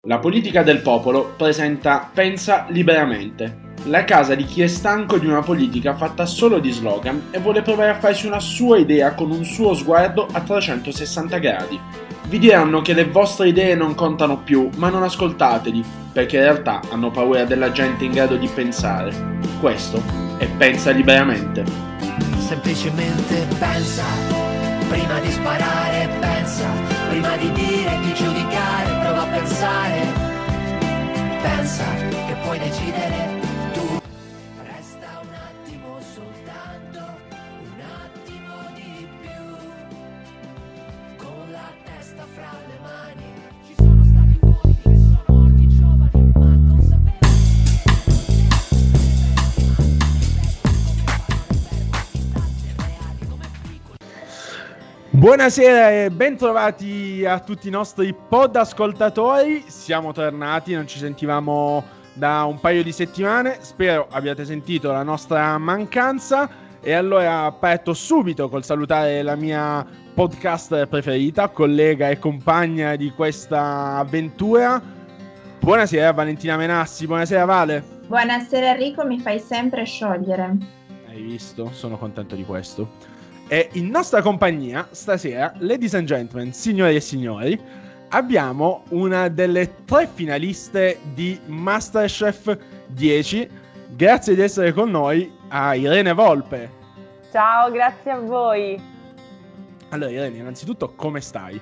La politica del popolo presenta Pensa liberamente, la casa di chi è stanco di una politica fatta solo di slogan e vuole provare a farsi una sua idea con un suo sguardo a 360 gradi. Vi diranno che le vostre idee non contano più, ma non ascoltateli, perché in realtà hanno paura della gente in grado di pensare. Questo è Pensa liberamente. Semplicemente pensa, prima di sparare pensa, prima di dire, di giudicare, prova a pensare. Pensa che puoi decidere tu. Resta un attimo soltanto, un attimo di più. Con la testa fra le mani. Ci sono stati uomini che sono morti giovani, ma consapevoli. Buonasera e bentrovati a tutti i nostri pod ascoltatori. Siamo tornati, non ci sentivamo da un paio di settimane. Spero abbiate sentito la nostra mancanza. E allora parto subito col salutare la mia podcast preferita, collega e compagna di questa avventura. Buonasera Valentina Menassi, buonasera Vale. Buonasera Enrico, mi fai sempre sciogliere. Hai visto? Sono contento di questo. E in nostra compagnia, stasera, ladies and gentlemen, signori e signori, abbiamo una delle 3 finaliste di Masterchef 10. Grazie di essere con noi a Irene Volpe. Ciao, grazie a voi. Allora Irene, innanzitutto come stai?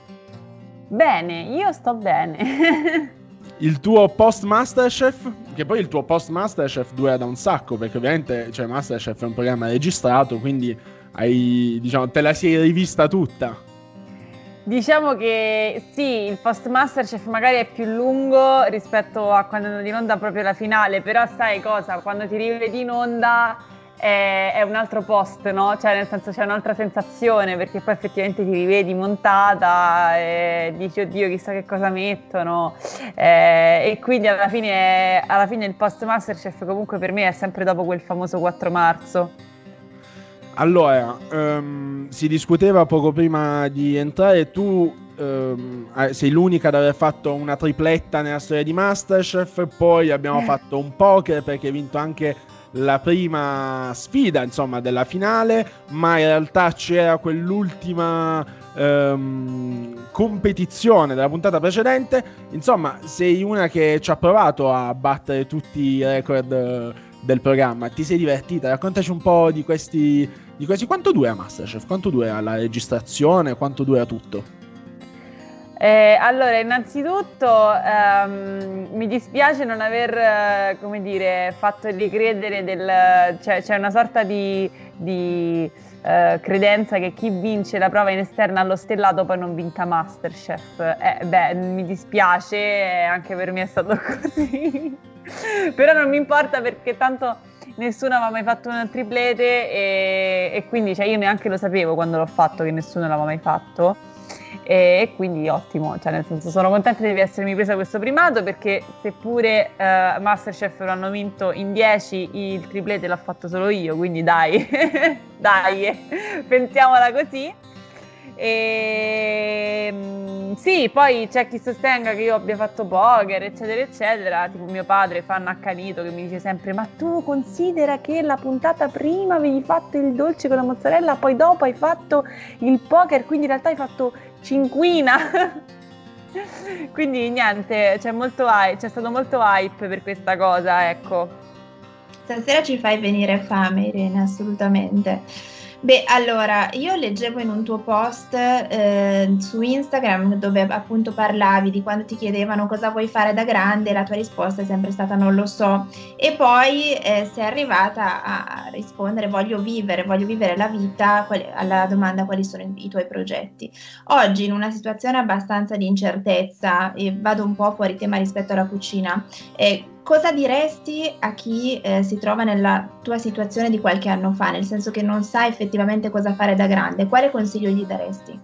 Bene, io sto bene. Il tuo post Masterchef, che poi il tuo post Masterchef dura da un sacco, perché ovviamente cioè, Masterchef è un programma registrato, quindi te la sei rivista tutta. Diciamo che sì, il post Masterchef magari è più lungo rispetto a quando è in onda proprio la finale, però sai cosa? Quando ti rivedi in onda è un altro post, no? Cioè nel senso c'è un'altra sensazione, perché poi effettivamente ti rivedi montata e dici oddio chissà che cosa mettono, e quindi alla fine il post Masterchef comunque per me è sempre dopo quel famoso 4 marzo. Allora, si discuteva poco prima di entrare, tu sei l'unica ad aver fatto una tripletta nella storia di Masterchef, poi abbiamo fatto un poker perché hai vinto anche la prima sfida, insomma, della finale, ma in realtà c'era quell'ultima competizione della puntata precedente. Insomma, sei una che ci ha provato a battere tutti i record del programma. Ti sei divertita? Raccontaci un po' di questi. Quanto dura Masterchef? Quanto dura la registrazione? Quanto dura tutto? Allora, innanzitutto mi dispiace non aver, fatto ricredere c'è una sorta di credenza che chi vince la prova in esterna allo stellato poi non vinca Masterchef. Mi dispiace, anche per me è stato così. Però non mi importa perché tanto nessuno aveva mai fatto una triplete e quindi io neanche lo sapevo quando l'ho fatto che nessuno l'aveva mai fatto e quindi ottimo, cioè nel senso sono contenta di essermi presa questo primato, perché seppure Masterchef l'hanno vinto in 10, il triplete l'ho fatto solo io, quindi dai, pensiamola così. Sì, poi c'è chi sostenga che io abbia fatto poker eccetera eccetera, tipo mio padre fan accanito che mi dice sempre ma tu considera che la puntata prima avevi fatto il dolce con la mozzarella, poi dopo hai fatto il poker, quindi in realtà hai fatto cinquina. Quindi niente, c'è stato molto hype per questa cosa, ecco. Stasera ci fai venire fame, Irene, assolutamente. Beh, allora, io leggevo in un tuo post su Instagram dove appunto parlavi di quando ti chiedevano cosa vuoi fare da grande, la tua risposta è sempre stata non lo so, e poi sei arrivata a rispondere voglio vivere la vita, alla domanda quali sono i tuoi progetti. Oggi in una situazione abbastanza di incertezza, e vado un po' fuori tema rispetto alla cucina, cosa diresti a chi si trova nella tua situazione di qualche anno fa, nel senso che non sa effettivamente cosa fare da grande? Quale consiglio gli daresti?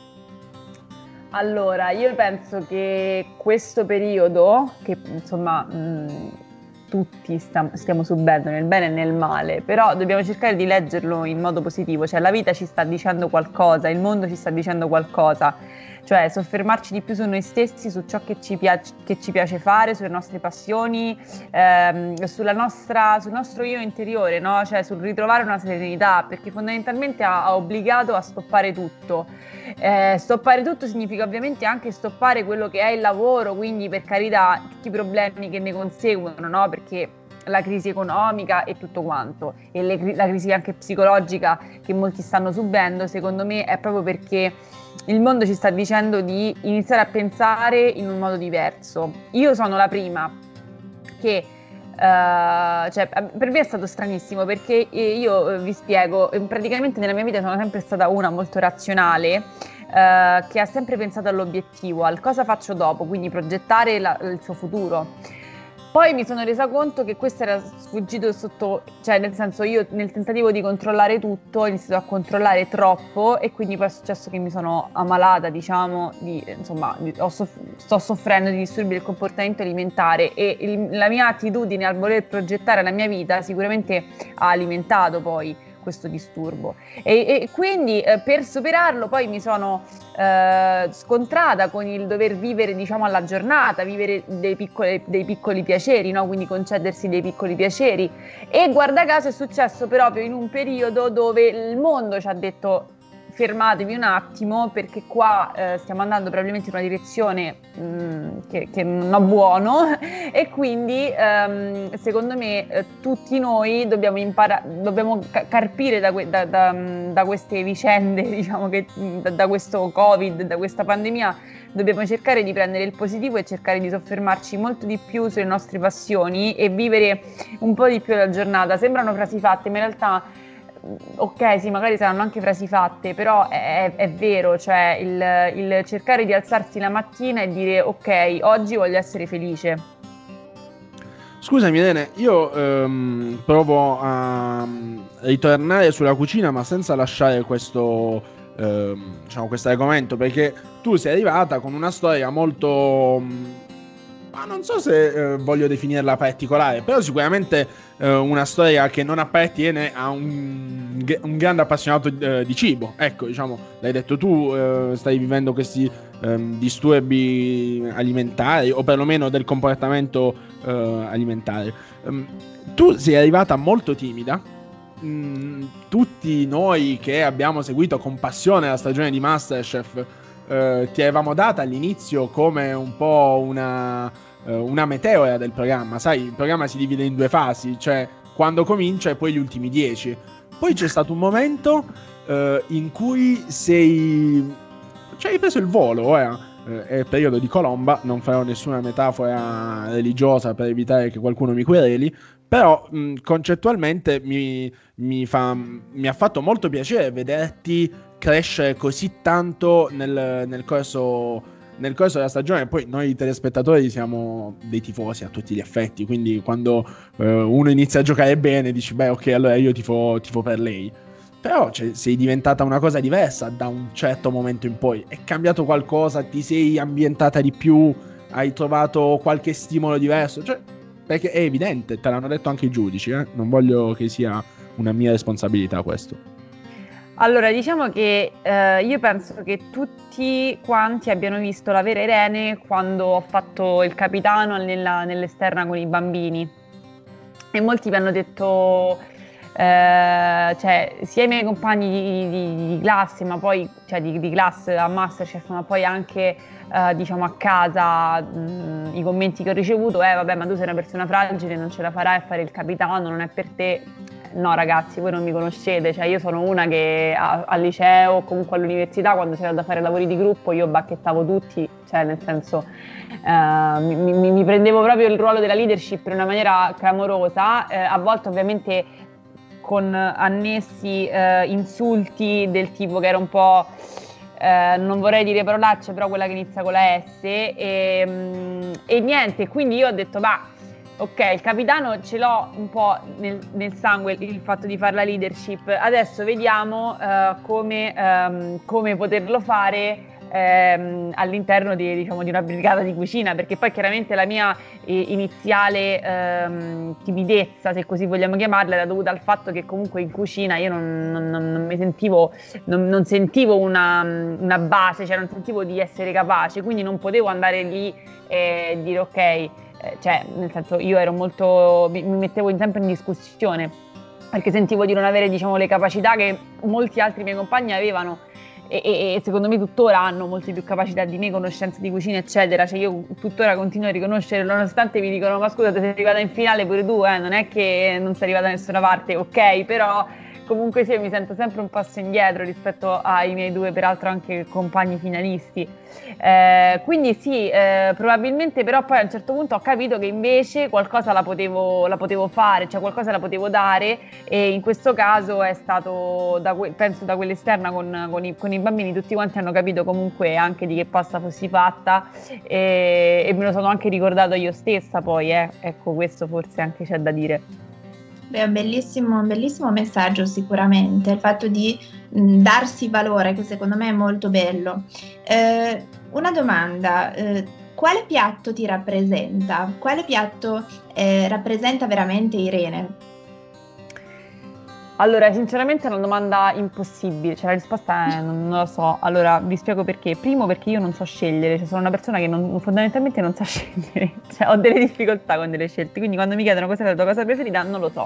Allora, io penso che questo periodo, che insomma tutti stiamo subendo nel bene e nel male, però dobbiamo cercare di leggerlo in modo positivo, cioè la vita ci sta dicendo qualcosa, il mondo ci sta dicendo qualcosa. cioè soffermarci di più su noi stessi, su ciò che ci piace fare, sulle nostre passioni, sul nostro io interiore, no? Cioè sul ritrovare una serenità, perché fondamentalmente ha obbligato a stoppare tutto. Stoppare tutto significa ovviamente anche stoppare quello che è il lavoro, quindi per carità tutti i problemi che ne conseguono, no? Perché la crisi economica e tutto quanto, e la crisi anche psicologica che molti stanno subendo, secondo me è proprio perché il mondo ci sta dicendo di iniziare a pensare in un modo diverso. Io sono la prima che cioè, per me è stato stranissimo, perché io vi spiego, praticamente nella mia vita sono sempre stata una molto razionale, che ha sempre pensato all'obiettivo, al cosa faccio dopo, quindi progettare il suo futuro. Poi mi sono resa conto che questo era sfuggito sotto, cioè nel senso, io nel tentativo di controllare tutto ho iniziato a controllare troppo, e quindi poi è successo che mi sono ammalata, diciamo, sto soffrendo di disturbi del comportamento alimentare, e la mia attitudine al voler progettare la mia vita sicuramente ha alimentato poi questo disturbo, e quindi per superarlo poi mi sono scontrata con il dover vivere, diciamo, alla giornata, vivere dei piccoli piaceri, no? Quindi concedersi dei piccoli piaceri, e guarda caso è successo proprio in un periodo dove il mondo ci ha detto: fermatevi un attimo, perché qua stiamo andando probabilmente in una direzione che non è buono, e quindi secondo me tutti noi dobbiamo carpire da queste vicende, diciamo, che da questo Covid, da questa pandemia, dobbiamo cercare di prendere il positivo e cercare di soffermarci molto di più sulle nostre passioni e vivere un po' di più la giornata. Sembrano frasi fatte, ma in realtà ok, sì, magari saranno anche frasi fatte, però è vero, cioè il cercare di alzarsi la mattina e dire: ok, oggi voglio essere felice. Scusami Irene, io provo a ritornare sulla cucina, ma senza lasciare questo argomento, perché tu sei arrivata con una storia molto, ma non so se voglio definirla particolare, però sicuramente una storia che non appartiene a un grande appassionato di cibo. Ecco, diciamo, l'hai detto tu, stai vivendo questi disturbi alimentari, o perlomeno del comportamento alimentare. Tu sei arrivata molto timida. Tutti noi che abbiamo seguito con passione la stagione di MasterChef ti avevamo data all'inizio come un po' una meteora del programma. Sai, il programma si divide in due fasi, cioè quando comincia e poi gli ultimi 10. Poi c'è stato un momento in cui hai preso il volo. È il periodo di Colomba, non farò nessuna metafora religiosa per evitare che qualcuno mi quereli, però concettualmente mi ha fatto molto piacere vederti crescere così tanto nel corso della stagione. Poi noi telespettatori siamo dei tifosi a tutti gli effetti, quindi quando uno inizia a giocare bene dici: beh, ok, allora io tifo per lei. Però sei diventata una cosa diversa da un certo momento in poi. È cambiato qualcosa? Ti sei ambientata di più? Hai trovato qualche stimolo diverso? Cioè, perché è evidente, te l'hanno detto anche i giudici, non voglio che sia una mia responsabilità questo. Allora, diciamo che io penso che tutti quanti abbiano visto la vera Irene quando ho fatto il capitano nell'esterna con i bambini, e molti mi hanno detto, cioè sia i miei compagni di classe, ma poi di classe a MasterChef, ma poi anche diciamo a casa, i commenti che ho ricevuto: vabbè, ma tu sei una persona fragile, non ce la farai a fare il capitano, non è per te. No ragazzi, voi non mi conoscete, cioè io sono una che al liceo o comunque all'università, quando c'era da fare lavori di gruppo, io bacchettavo tutti, cioè nel senso mi prendevo proprio il ruolo della leadership in una maniera clamorosa, a volte ovviamente con annessi insulti del tipo che era un po', non vorrei dire parolacce, però quella che inizia con la S, e niente, quindi io ho detto: ma ok, il capitano ce l'ho un po' nel sangue, il fatto di fare la leadership. Adesso vediamo come poterlo fare all'interno di una brigata di cucina, perché poi chiaramente la mia iniziale timidezza, se così vogliamo chiamarla, era dovuta al fatto che comunque in cucina io non mi sentivo, non sentivo una base, cioè non sentivo di essere capace, quindi non potevo andare lì e dire ok, cioè nel senso io ero molto, mi mettevo sempre in discussione perché sentivo di non avere, diciamo, le capacità che molti altri miei compagni avevano e secondo me tuttora hanno molte più capacità di me, conoscenze di cucina eccetera, cioè io tuttora continuo a riconoscere, nonostante mi dicono ma scusa sei arrivata in finale pure tu, non è che non sei arrivata da nessuna parte, ok, però comunque sì, mi sento sempre un passo indietro rispetto ai miei due, peraltro anche compagni finalisti. Quindi sì, probabilmente, però poi a un certo punto ho capito che invece qualcosa la potevo fare, cioè qualcosa la potevo dare, e in questo caso è stato, penso da quell'esterna con i bambini, tutti quanti hanno capito comunque anche di che pasta fossi fatta, e me lo sono anche ricordato io stessa poi, ecco, questo forse anche c'è da dire. Beh, è un bellissimo messaggio sicuramente, il fatto di darsi valore, che secondo me è molto bello. Una domanda, quale piatto ti rappresenta? Quale piatto rappresenta veramente Irene? Allora, sinceramente è una domanda impossibile, cioè la risposta è non lo so. Allora, vi spiego perché. Primo, perché io non so scegliere, cioè sono una persona che fondamentalmente non sa scegliere, cioè ho delle difficoltà con delle scelte, quindi quando mi chiedono cos'è la tua cosa preferita non lo so.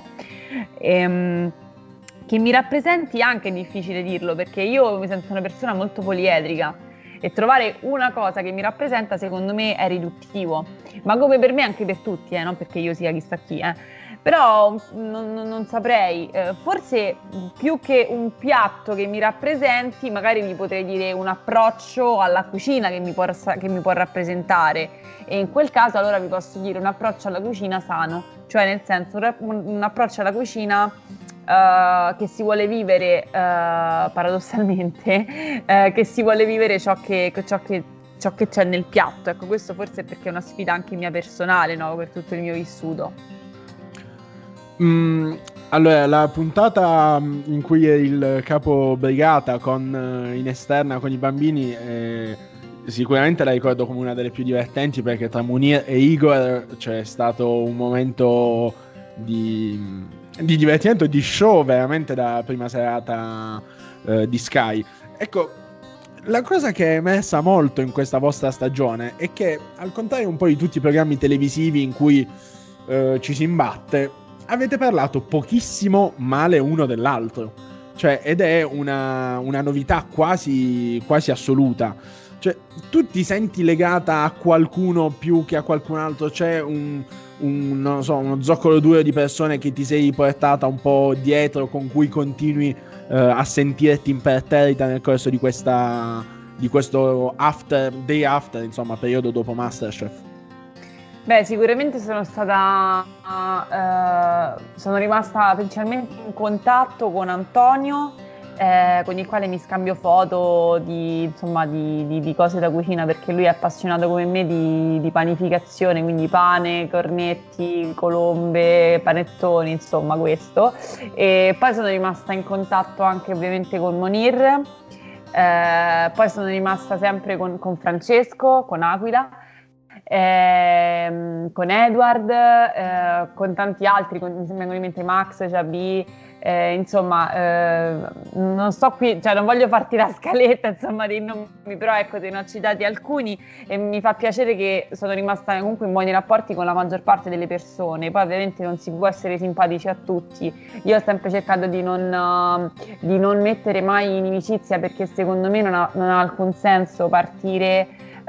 Che mi rappresenti anche è difficile dirlo, perché io mi sento una persona molto poliedrica e trovare una cosa che mi rappresenta secondo me è riduttivo, ma come per me anche per tutti, non perché io sia chissà chi, però non saprei, forse più che un piatto che mi rappresenti, magari vi potrei dire un approccio alla cucina che mi può rappresentare, e in quel caso allora vi posso dire un approccio alla cucina sano, cioè nel senso un approccio alla cucina che si vuole vivere paradossalmente, che si vuole vivere ciò che c'è nel piatto. Ecco, questo forse è perché è una sfida anche mia personale, no? Per tutto il mio vissuto. Allora, la puntata in cui è il capo brigata in esterna con i bambini, sicuramente la ricordo come una delle più divertenti, perché tra Munir e Igor c'è stato un momento di divertimento, di show veramente da prima serata di Sky. Ecco, la cosa che è emersa molto in questa vostra stagione è che, al contrario un po' di tutti i programmi televisivi in cui ci si imbatte, avete parlato pochissimo male uno dell'altro, cioè, ed è una novità quasi assoluta. Cioè, tu ti senti legata a qualcuno più che a qualcun altro? C'è non so, uno zoccolo duro di persone che ti sei portata un po' dietro, con cui continui a sentirti imperterrita nel corso di questo day after, insomma, periodo dopo MasterChef? Beh, sicuramente sono rimasta principalmente in contatto con Antonio, con il quale mi scambio foto di cose da cucina, perché lui è appassionato come me di panificazione, quindi pane, cornetti, colombe, panettoni, insomma questo. E poi sono rimasta in contatto anche ovviamente con Monir, poi sono rimasta sempre con Francesco, con Aquila, con Edward, con tanti altri, mi vengono in mente Max, Jabi, insomma, non sto qui, cioè non voglio farti la scaletta, insomma, dei nomi, però ecco, te ne ho citati alcuni e mi fa piacere che sono rimasta comunque in buoni rapporti con la maggior parte delle persone. Poi ovviamente non si può essere simpatici a tutti, io ho sempre cercato di non mettere mai inimicizia, perché secondo me non ha alcun senso partire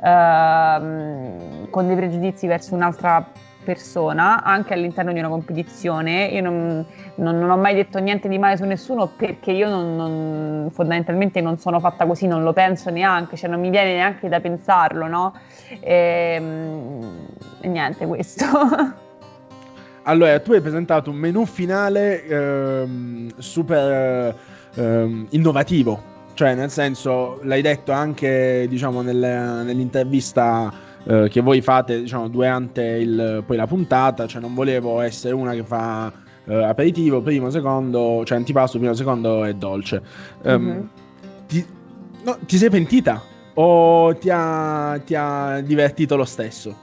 con dei pregiudizi verso un'altra persona, anche all'interno di una competizione. Io non ho mai detto niente di male su nessuno, perché io fondamentalmente non sono fatta così, non lo penso neanche, cioè non mi viene neanche da pensarlo, no? E niente, questo. Allora, tu hai presentato un menù finale super innovativo. Cioè, nel senso, l'hai detto anche, diciamo, nell'intervista che voi fate, diciamo, durante poi la puntata. Cioè, non volevo essere una che fa aperitivo, primo, secondo, cioè antipasto, primo, secondo e dolce. Ti sei pentita o ti ha divertito lo stesso?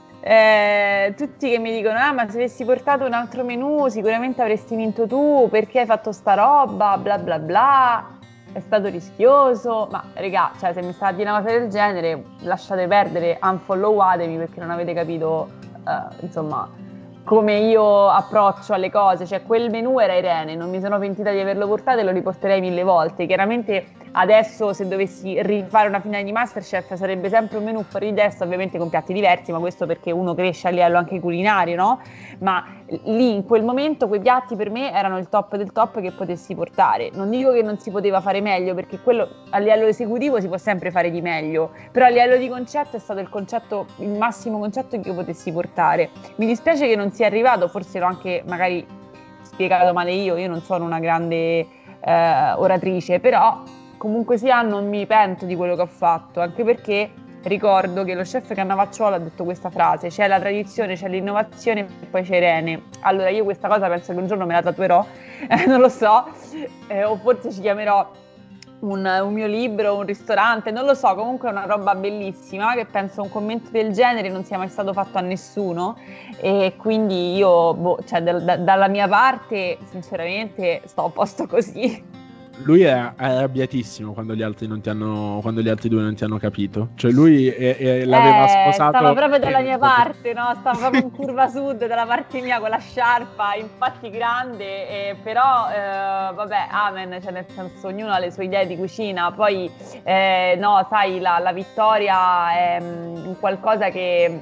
Tutti che mi dicono: ah, ma se avessi portato un altro menù sicuramente avresti vinto tu, perché hai fatto sta roba, bla bla bla, è stato rischioso. Ma regà, cioè, se mi sta a dire una cosa del genere, lasciate perdere, unfollowatemi, perché non avete capito insomma come io approccio alle cose. Cioè, quel menù era Irene, non mi sono pentita di averlo portato e lo riporterei 1000 volte. Chiaramente adesso, se dovessi rifare una finale di Masterchef, sarebbe sempre un menù fuori di testa, ovviamente con piatti diversi, ma questo perché uno cresce a livello anche culinario, no? Ma lì, in quel momento, quei piatti per me erano il top del top che potessi portare. Non dico che non si poteva fare meglio, perché quello a livello esecutivo si può sempre fare di meglio, però a livello di concetto è stato il massimo concetto che io potessi portare. Mi dispiace che non sia arrivato, forse l'ho anche magari spiegato male io non sono una grande oratrice, però comunque sia non mi pento di quello che ho fatto, anche perché ricordo che lo chef Cannavacciuolo ha detto questa frase: c'è la tradizione, c'è l'innovazione e poi c'è Irene. Allora io questa cosa penso che un giorno me la tatuerò, non lo so, o forse ci chiamerò un mio libro, un ristorante, non lo so, comunque è una roba bellissima che penso un commento del genere non sia mai stato fatto a nessuno, e quindi io, cioè, dalla mia parte sinceramente sto a posto così. Lui è arrabbiatissimo quando gli altri due non ti hanno capito. Cioè lui l'aveva sposato. Stava proprio dalla mia parte, no? Stava proprio in curva sud, dalla parte mia, con la sciarpa, infatti grande, però vabbè, amen, cioè nel senso ognuno ha le sue idee di cucina. Poi no, sai, la vittoria è qualcosa che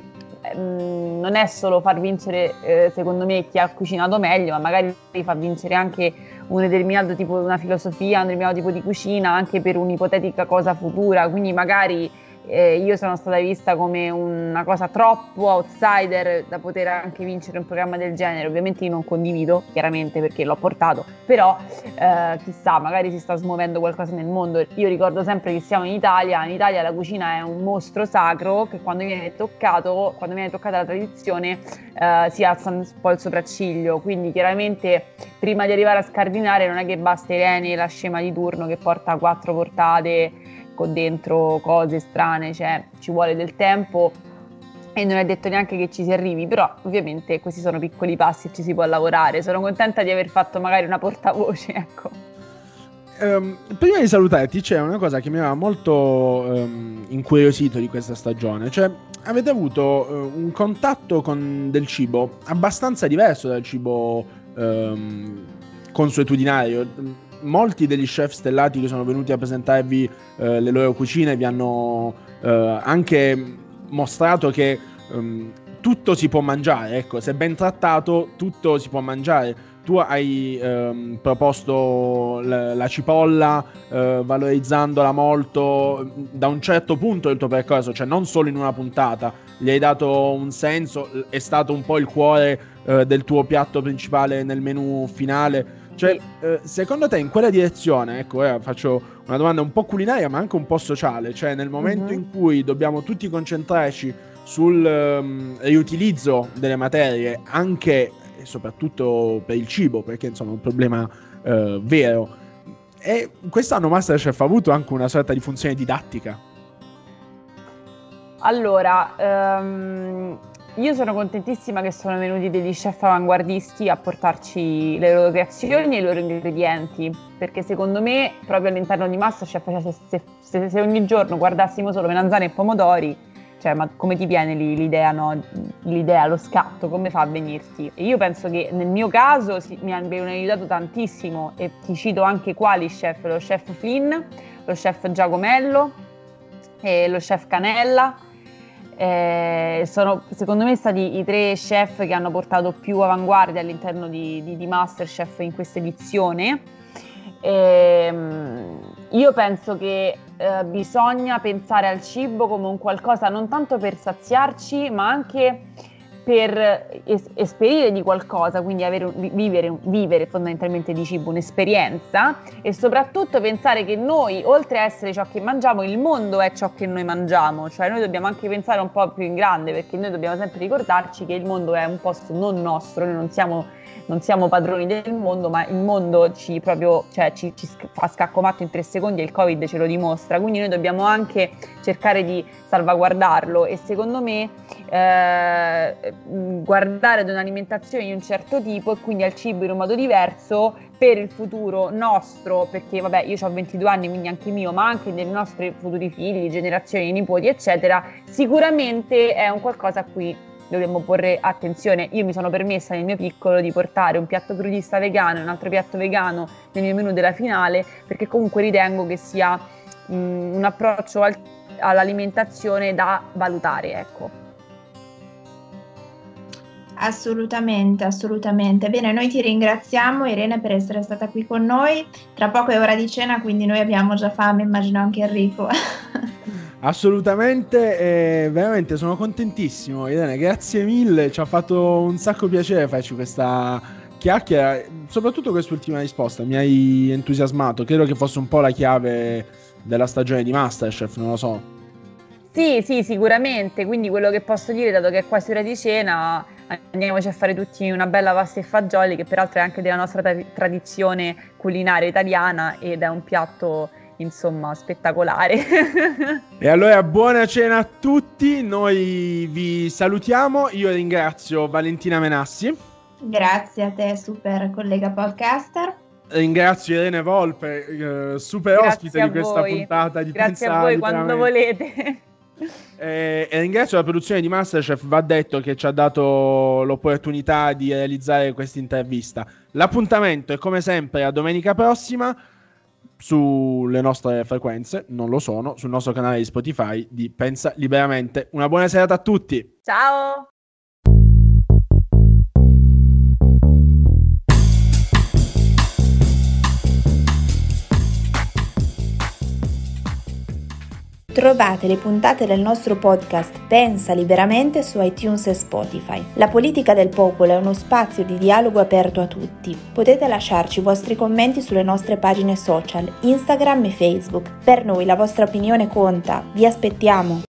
non è solo far vincere secondo me chi ha cucinato meglio, ma magari fa vincere anche un determinato tipo, una filosofia, un determinato tipo di cucina, anche per un'ipotetica cosa futura. Quindi magari io sono stata vista come una cosa troppo outsider da poter anche vincere un programma del genere. Ovviamente io non condivido, chiaramente, perché l'ho portato, però chissà, magari si sta smuovendo qualcosa nel mondo. Io ricordo sempre che siamo in Italia la cucina è un mostro sacro che quando viene toccata la tradizione si alza un po' il sopracciglio. Quindi chiaramente prima di arrivare a scardinare non è che basta Irene, la scema di turno, che porta 4 portate con dentro cose strane, cioè ci vuole del tempo e non è detto neanche che ci si arrivi, però ovviamente questi sono piccoli passi e ci si può lavorare. Sono contenta di aver fatto magari una portavoce, ecco. Prima di salutarti c'è una cosa che mi aveva molto incuriosito di questa stagione, cioè avete avuto un contatto con del cibo abbastanza diverso dal cibo consuetudinario. Molti degli chef stellati che sono venuti a presentarvi le loro cucine vi hanno anche mostrato che tutto si può mangiare, ecco, se ben trattato tutto si può mangiare. Tu hai proposto la cipolla valorizzandola molto da un certo punto del tuo percorso, cioè non solo in una puntata, gli hai dato un senso, è stato un po' il cuore del tuo piatto principale nel menù finale. Cioè, secondo te in quella direzione, ecco, faccio una domanda un po' culinaria ma anche un po' sociale, cioè nel momento in cui dobbiamo tutti concentrarci sul riutilizzo delle materie, anche e soprattutto per il cibo, perché insomma è un problema vero, e quest'anno Masterchef ha avuto anche una sorta di funzione didattica. Allora, io sono contentissima che sono venuti degli chef avanguardisti a portarci le loro creazioni e i loro ingredienti, perché secondo me proprio all'interno di Masterchef, cioè, se ogni giorno guardassimo solo melanzane e pomodori, cioè, ma come ti viene l'idea, no? L'idea, lo scatto, come fa a venirti? E io penso che nel mio caso mi abbiano aiutato tantissimo, e ti cito anche quali chef: lo chef Flynn, lo chef Giacomello e lo chef Canella. Sono secondo me stati i 3 chef che hanno portato più avanguardia all'interno di Masterchef in questa edizione. Io penso che bisogna pensare al cibo come un qualcosa non tanto per saziarci, ma anche per esperire di qualcosa, quindi vivere fondamentalmente di cibo un'esperienza, e soprattutto pensare che noi, oltre a essere ciò che mangiamo, il mondo è ciò che noi mangiamo, cioè noi dobbiamo anche pensare un po' più in grande, perché noi dobbiamo sempre ricordarci che il mondo è un posto non nostro, noi non siamo padroni del mondo, ma il mondo ci fa scacco matto in 3 secondi, e il Covid ce lo dimostra, quindi noi dobbiamo anche cercare di salvaguardarlo, e secondo me guardare ad un'alimentazione di un certo tipo, e quindi al cibo in un modo diverso per il futuro nostro, perché vabbè, io ho 22 anni, quindi anche mio, ma anche dei nostri futuri figli, generazioni, nipoti, eccetera, sicuramente è un qualcosa a cui dobbiamo porre attenzione. Io mi sono permessa nel mio piccolo di portare un piatto crudista vegano e un altro piatto vegano nel mio menù della finale, perché comunque ritengo che sia un approccio all'alimentazione da valutare, ecco. Assolutamente, assolutamente. Bene, noi ti ringraziamo, Irene, per essere stata qui con noi. Tra poco è ora di cena, quindi noi abbiamo già fame, immagino anche Enrico. Assolutamente, veramente sono contentissimo, Irene, grazie mille, ci ha fatto un sacco piacere farci questa chiacchiera, soprattutto quest'ultima risposta mi hai entusiasmato, credo che fosse un po' la chiave della stagione di MasterChef, non lo so. Sì, sicuramente, quindi quello che posso dire, dato che è quasi ora di cena, andiamoci a fare tutti una bella pasta e fagioli, che peraltro è anche della nostra tradizione culinaria italiana, ed è un piatto insomma spettacolare. E allora buona cena a tutti, noi vi salutiamo, io ringrazio Valentina Menassi. Grazie a te, super collega podcaster. Ringrazio Irene Volpe, super ospite di questa puntata di Grazie a voi quando volete. E ringrazio la produzione di MasterChef, va detto, che ci ha dato l'opportunità di realizzare questa intervista. L'appuntamento è come sempre a domenica prossima sulle nostre frequenze, non lo sono, sul nostro canale di Spotify di Pensa Liberamente. Una buona serata a tutti. Ciao! Trovate le puntate del nostro podcast Pensa Liberamente su iTunes e Spotify. La politica del popolo è uno spazio di dialogo aperto a tutti. Potete lasciarci i vostri commenti sulle nostre pagine social, Instagram e Facebook. Per noi la vostra opinione conta. Vi aspettiamo!